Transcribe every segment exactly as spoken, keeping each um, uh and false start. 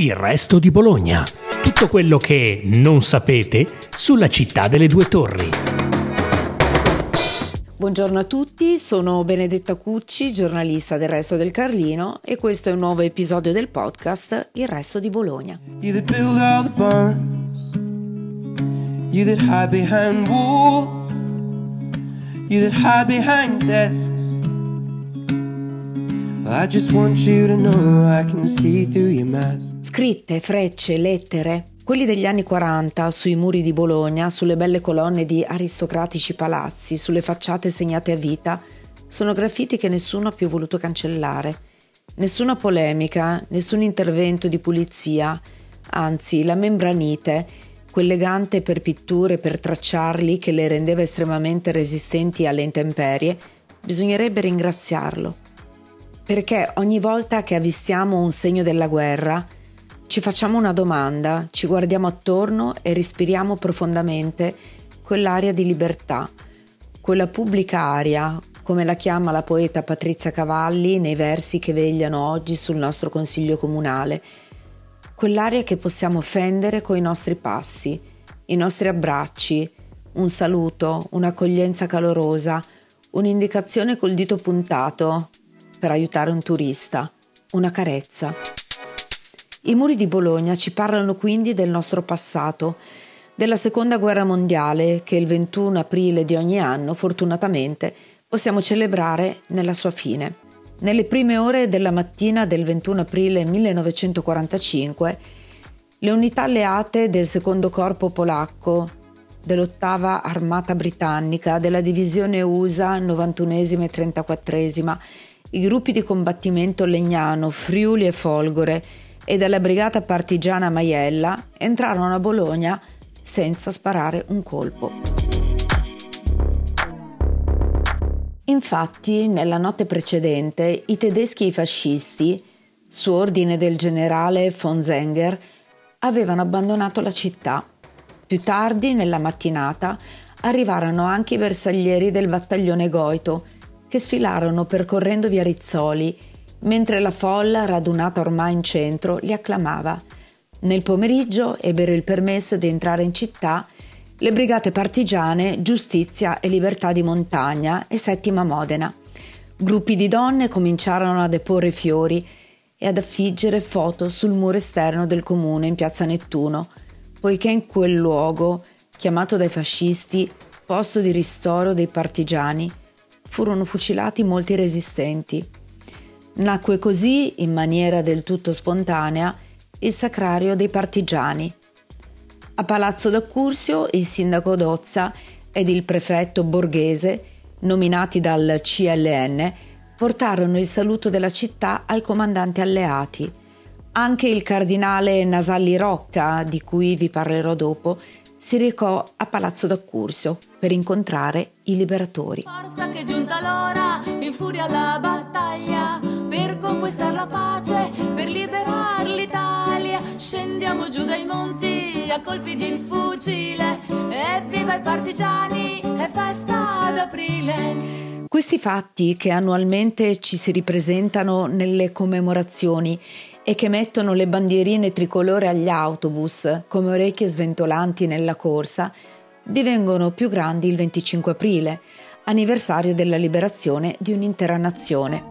Il resto di Bologna. Tutto quello che non sapete sulla città delle due torri. Buongiorno a tutti, sono Benedetta Cucci, giornalista del Resto del Carlino, e questo è un nuovo episodio del podcast Il Resto di Bologna. You that build all the barns, you that hide behind walls, you that hide behind desks. I just want you to know I can see through your mask. Scritte, frecce, lettere, quelli degli anni quaranta sui muri di Bologna, sulle belle colonne di aristocratici palazzi, sulle facciate segnate a vita, sono graffiti che nessuno ha più voluto cancellare. Nessuna polemica, nessun intervento di pulizia, anzi la membranite, quell'elegante per pitture per tracciarli che le rendeva estremamente resistenti alle intemperie, bisognerebbe ringraziarlo. Perché ogni volta che avvistiamo un segno della guerra, ci facciamo una domanda, ci guardiamo attorno e respiriamo profondamente quell'aria di libertà, quella pubblica aria, come la chiama la poeta Patrizia Cavalli nei versi che vegliano oggi sul nostro consiglio comunale, quell'aria che possiamo fendere coi nostri passi, i nostri abbracci, un saluto, un'accoglienza calorosa, un'indicazione col dito puntato per aiutare un turista, una carezza. I muri di Bologna ci parlano quindi del nostro passato, della seconda guerra mondiale che il ventuno aprile di ogni anno, fortunatamente, possiamo celebrare nella sua fine. Nelle prime ore della mattina del ventuno aprile millenovecentoquarantacinque, le unità alleate del secondo corpo polacco, dell'ottava armata britannica, della divisione U S A novantunesima e trentaquattresima, i gruppi di combattimento Legnano, Friuli e Folgore e della brigata partigiana Maiella entrarono a Bologna senza sparare un colpo. Infatti, nella notte precedente, i tedeschi e i fascisti, su ordine del generale von Zenger, avevano abbandonato la città. Più tardi, nella mattinata, arrivarono anche i bersaglieri del battaglione Goito, che sfilarono percorrendo via Rizzoli, mentre la folla, radunata ormai in centro, li acclamava. Nel pomeriggio ebbero il permesso di entrare in città le brigate partigiane Giustizia e Libertà di Montagna e Settima Modena. Gruppi di donne cominciarono a deporre fiori e ad affiggere foto sul muro esterno del comune in piazza Nettuno, poiché in quel luogo, chiamato dai fascisti posto di ristoro dei partigiani, furono fucilati molti resistenti. Nacque così, in maniera del tutto spontanea, il Sacrario dei Partigiani. A Palazzo d'Accursio il sindaco Dozza ed il prefetto Borghese, nominati dal C L N, portarono il saluto della città ai comandanti alleati. Anche il cardinale Nasalli Rocca, di cui vi parlerò dopo, si recò a Palazzo d'Accursio per incontrare i liberatori. Forza che è giunta l'ora, in furia la battaglia, per conquistare la pace, per liberare l'Italia. Scendiamo giù dai monti a colpi di fucile, e viva i partigiani, è festa d'aprile. Questi fatti, che annualmente ci si ripresentano nelle commemorazioni e che mettono le bandierine tricolore agli autobus come orecchie sventolanti nella corsa, divengono più grandi il venticinque aprile, anniversario della liberazione di un'intera nazione.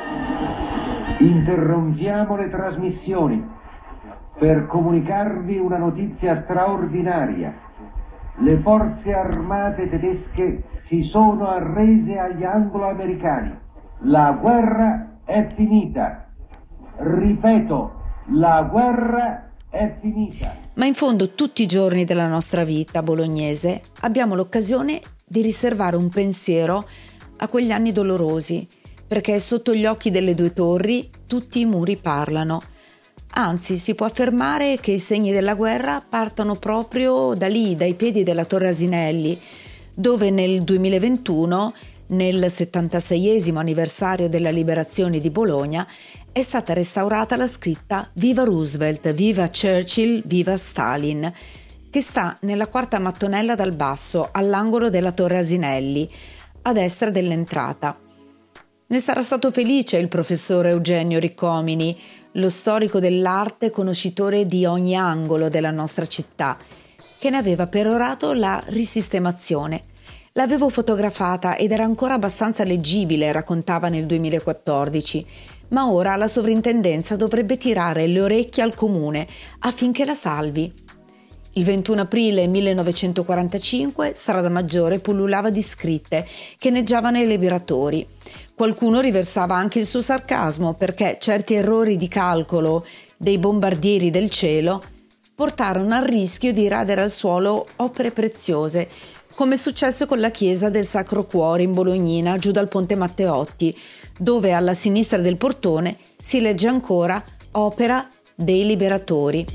Interrompiamo le trasmissioni per comunicarvi una notizia straordinaria. Le forze armate tedesche si sono arrese agli anglo-americani. La guerra è finita. Ripeto, la guerra è finita. Ma in fondo tutti i giorni della nostra vita bolognese abbiamo l'occasione di riservare un pensiero a quegli anni dolorosi, perché sotto gli occhi delle due torri tutti i muri parlano. Anzi, si può affermare che i segni della guerra partano proprio da lì, dai piedi della Torre Asinelli, dove nel duemilaventuno, nel settantaseiesimo anniversario della liberazione di Bologna, è stata restaurata la scritta Viva Roosevelt, viva Churchill, viva Stalin, che sta nella quarta mattonella dal basso, all'angolo della Torre Asinelli, a destra dell'entrata. Ne sarà stato felice il professor Eugenio Riccomini, lo storico dell'arte conoscitore di ogni angolo della nostra città, che ne aveva perorato la risistemazione. L'avevo fotografata ed era ancora abbastanza leggibile, raccontava nel duemilaquattordici, ma ora la sovrintendenza dovrebbe tirare le orecchie al comune affinché la salvi. Il ventuno aprile millenovecentoquarantacinque Strada Maggiore pullulava di scritte che neggiavano ai liberatori. Qualcuno riversava anche il suo sarcasmo perché certi errori di calcolo dei bombardieri del cielo portarono al rischio di radere al suolo opere preziose, come è successo con la chiesa del Sacro Cuore in Bolognina, giù dal ponte Matteotti, dove alla sinistra del portone si legge ancora opera dei liberatori.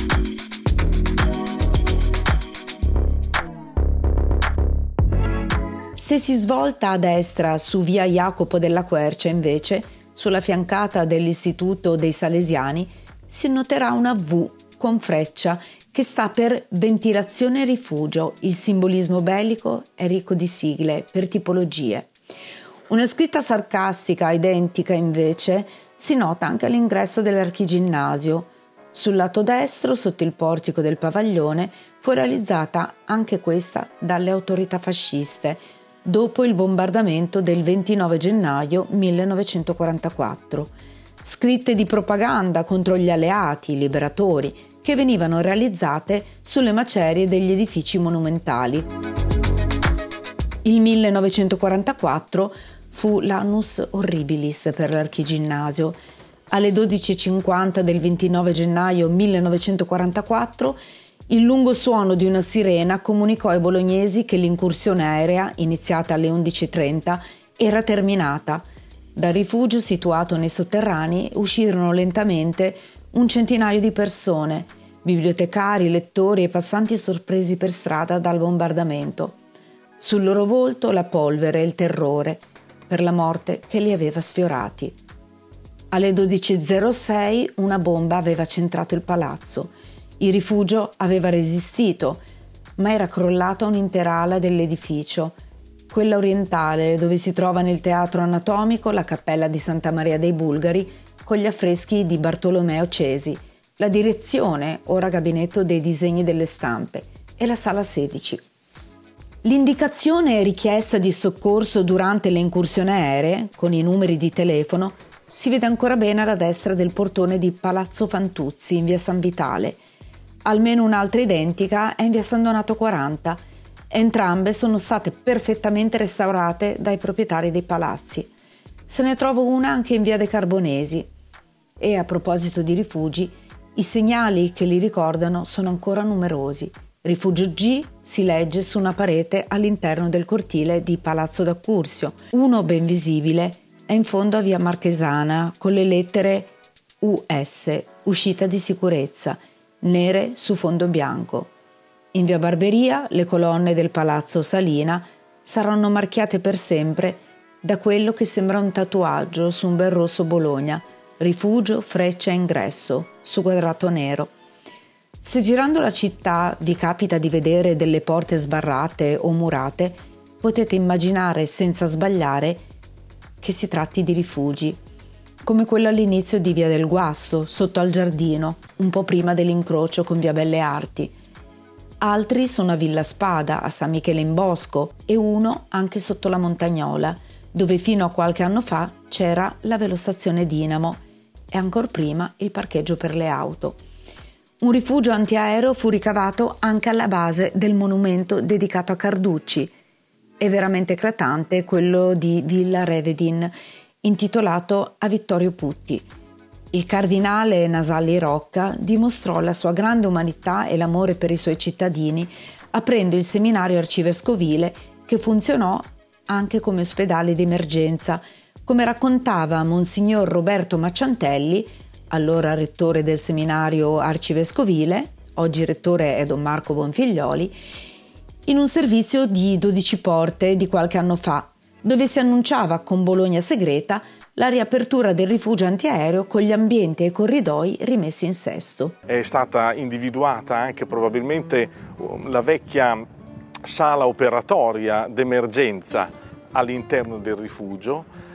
Se si svolta a destra su via Jacopo della Quercia, invece, sulla fiancata dell'Istituto dei Salesiani, si noterà una V con freccia che sta per ventilazione e rifugio. Il simbolismo bellico è ricco di sigle per tipologie. Una scritta sarcastica identica, invece, si nota anche all'ingresso dell'Archiginnasio. Sul lato destro, sotto il portico del Pavaglione, fu realizzata anche questa dalle autorità fasciste, dopo il bombardamento del ventinove gennaio millenovecentoquarantaquattro. Scritte di propaganda contro gli alleati, i liberatori, che venivano realizzate sulle macerie degli edifici monumentali. Il millenovecentoquarantaquattro fu l'annus horribilis per l'Archiginnasio. Alle dodici e cinquanta del ventinove gennaio millenovecentoquarantaquattro il lungo suono di una sirena comunicò ai bolognesi che l'incursione aerea, iniziata alle undici e trenta, era terminata. Dal rifugio situato nei sotterranei uscirono lentamente un centinaio di persone, bibliotecari, lettori e passanti sorpresi per strada dal bombardamento. Sul loro volto la polvere e il terrore per la morte che li aveva sfiorati. Alle dodici e zero sei una bomba aveva centrato il palazzo. Il rifugio aveva resistito, ma era crollata un'intera ala dell'edificio, quella orientale dove si trovano il teatro anatomico, la cappella di Santa Maria dei Bulgari con gli affreschi di Bartolomeo Cesi, la direzione, ora gabinetto dei disegni delle stampe, e la sala sedici. L'indicazione richiesta di soccorso durante le incursioni aeree, con i numeri di telefono, si vede ancora bene alla destra del portone di Palazzo Fantuzzi in via San Vitale. Almeno un'altra identica è in via San Donato quaranta. Entrambe sono state perfettamente restaurate dai proprietari dei palazzi. Se ne trova una anche in via dei Carbonesi. E a proposito di rifugi, i segnali che li ricordano sono ancora numerosi. Rifugio G si legge su una parete all'interno del cortile di Palazzo d'Accursio. Uno ben visibile è in fondo a via Marchesana con le lettere U S, uscita di sicurezza, nere su fondo bianco. In via Barberia le colonne del Palazzo Salina saranno marchiate per sempre da quello che sembra un tatuaggio su un bel rosso Bologna, rifugio, freccia e ingresso, su quadrato nero. Se girando la città vi capita di vedere delle porte sbarrate o murate, potete immaginare senza sbagliare che si tratti di rifugi, come quello all'inizio di via del Guasto, sotto al giardino, un po' prima dell'incrocio con via Belle Arti. Altri sono a Villa Spada, a San Michele in Bosco e uno anche sotto la Montagnola, dove fino a qualche anno fa c'era la velostazione Dinamo e ancor prima il parcheggio per le auto. Un rifugio antiaereo fu ricavato anche alla base del monumento dedicato a Carducci. È veramente eclatante quello di Villa Revedin, intitolato a Vittorio Putti. Il cardinale Nasalli Rocca dimostrò la sua grande umanità e l'amore per i suoi cittadini aprendo il seminario arcivescovile che funzionò anche come ospedale d'emergenza, come raccontava Monsignor Roberto Macciantelli, allora rettore del seminario arcivescovile, oggi rettore è Don Marco Bonfiglioli, in un servizio di dodici porte di qualche anno fa, dove si annunciava con Bologna segreta la riapertura del rifugio antiaereo con gli ambienti e i corridoi rimessi in sesto. È stata individuata anche probabilmente la vecchia sala operatoria d'emergenza all'interno del rifugio,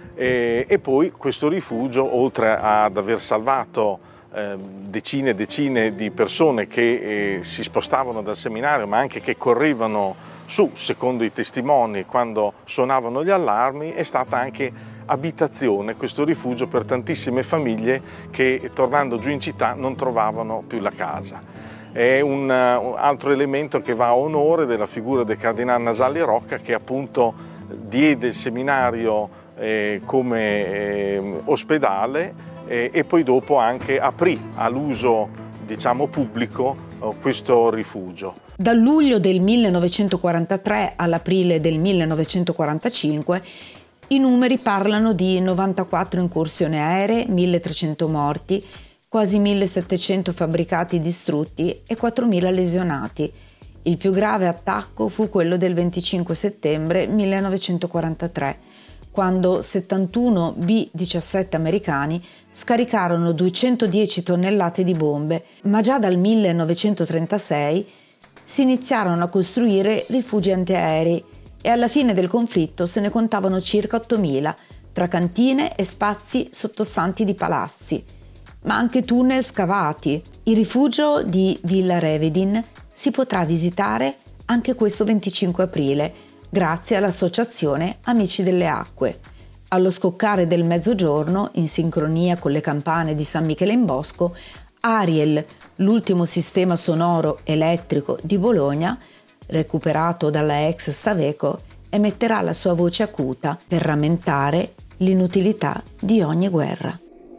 E, e poi questo rifugio, oltre ad aver salvato eh, decine e decine di persone che eh, si spostavano dal seminario, ma anche che correvano su, secondo i testimoni, quando suonavano gli allarmi, è stata anche abitazione, questo rifugio, per tantissime famiglie che, tornando giù in città, non trovavano più la casa. È un, un altro elemento che va a onore della figura del Cardinale Nasalli Rocca, che appunto diede il seminario eh, come eh, ospedale eh, e poi dopo anche aprì all'uso, diciamo, pubblico eh, questo rifugio. Dal luglio del millenovecentoquarantatré all'aprile del millenovecentoquarantacinque i numeri parlano di novantaquattro incursioni aeree, milletrecento morti, quasi millesettecento fabbricati distrutti e quattromila lesionati. Il più grave attacco fu quello del venticinque settembre millenovecentoquarantatré, quando settantuno B diciassette americani scaricarono duecentodieci tonnellate di bombe, ma già dal millenovecentotrentasei si iniziarono a costruire rifugi antiaerei e alla fine del conflitto se ne contavano circa ottomila, tra cantine e spazi sottostanti di palazzi, ma anche tunnel scavati. Il rifugio di Villa Revedin si potrà visitare anche questo venticinque aprile, grazie all'associazione Amici delle Acque. Allo scoccare del mezzogiorno, in sincronia con le campane di San Michele in Bosco, Ariel, l'ultimo sistema sonoro elettrico di Bologna, recuperato dalla ex Staveco, emetterà la sua voce acuta per rammentare l'inutilità di ogni guerra.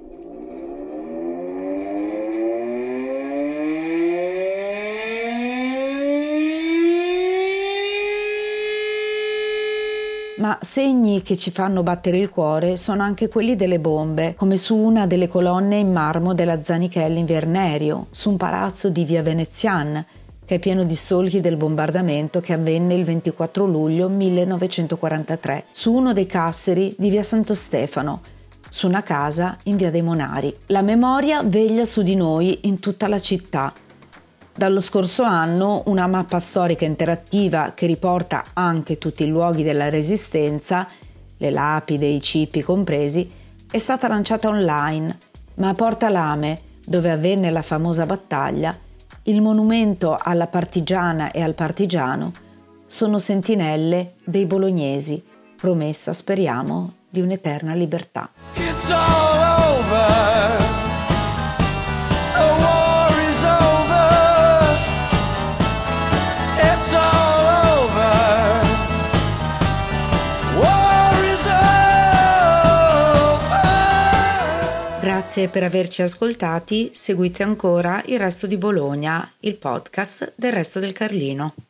Ma segni che ci fanno battere il cuore sono anche quelli delle bombe, come su una delle colonne in marmo della Zanichelli in Vernerio, su un palazzo di via Venezian, che è pieno di solchi del bombardamento che avvenne il ventiquattro luglio millenovecentoquarantatré, su uno dei casseri di via Santo Stefano, su una casa in via dei Monari. La memoria veglia su di noi in tutta la città. Dallo scorso anno una mappa storica interattiva che riporta anche tutti i luoghi della Resistenza, le lapidi e i cipi compresi, è stata lanciata online, ma a Porta Lame, dove avvenne la famosa battaglia, il monumento alla partigiana e al partigiano sono sentinelle dei bolognesi, promessa, speriamo, di un'eterna libertà. It's all over. The war is over. It's all over. War is over. Grazie per averci ascoltati, seguite ancora Il Resto di Bologna, il podcast del Resto del Carlino.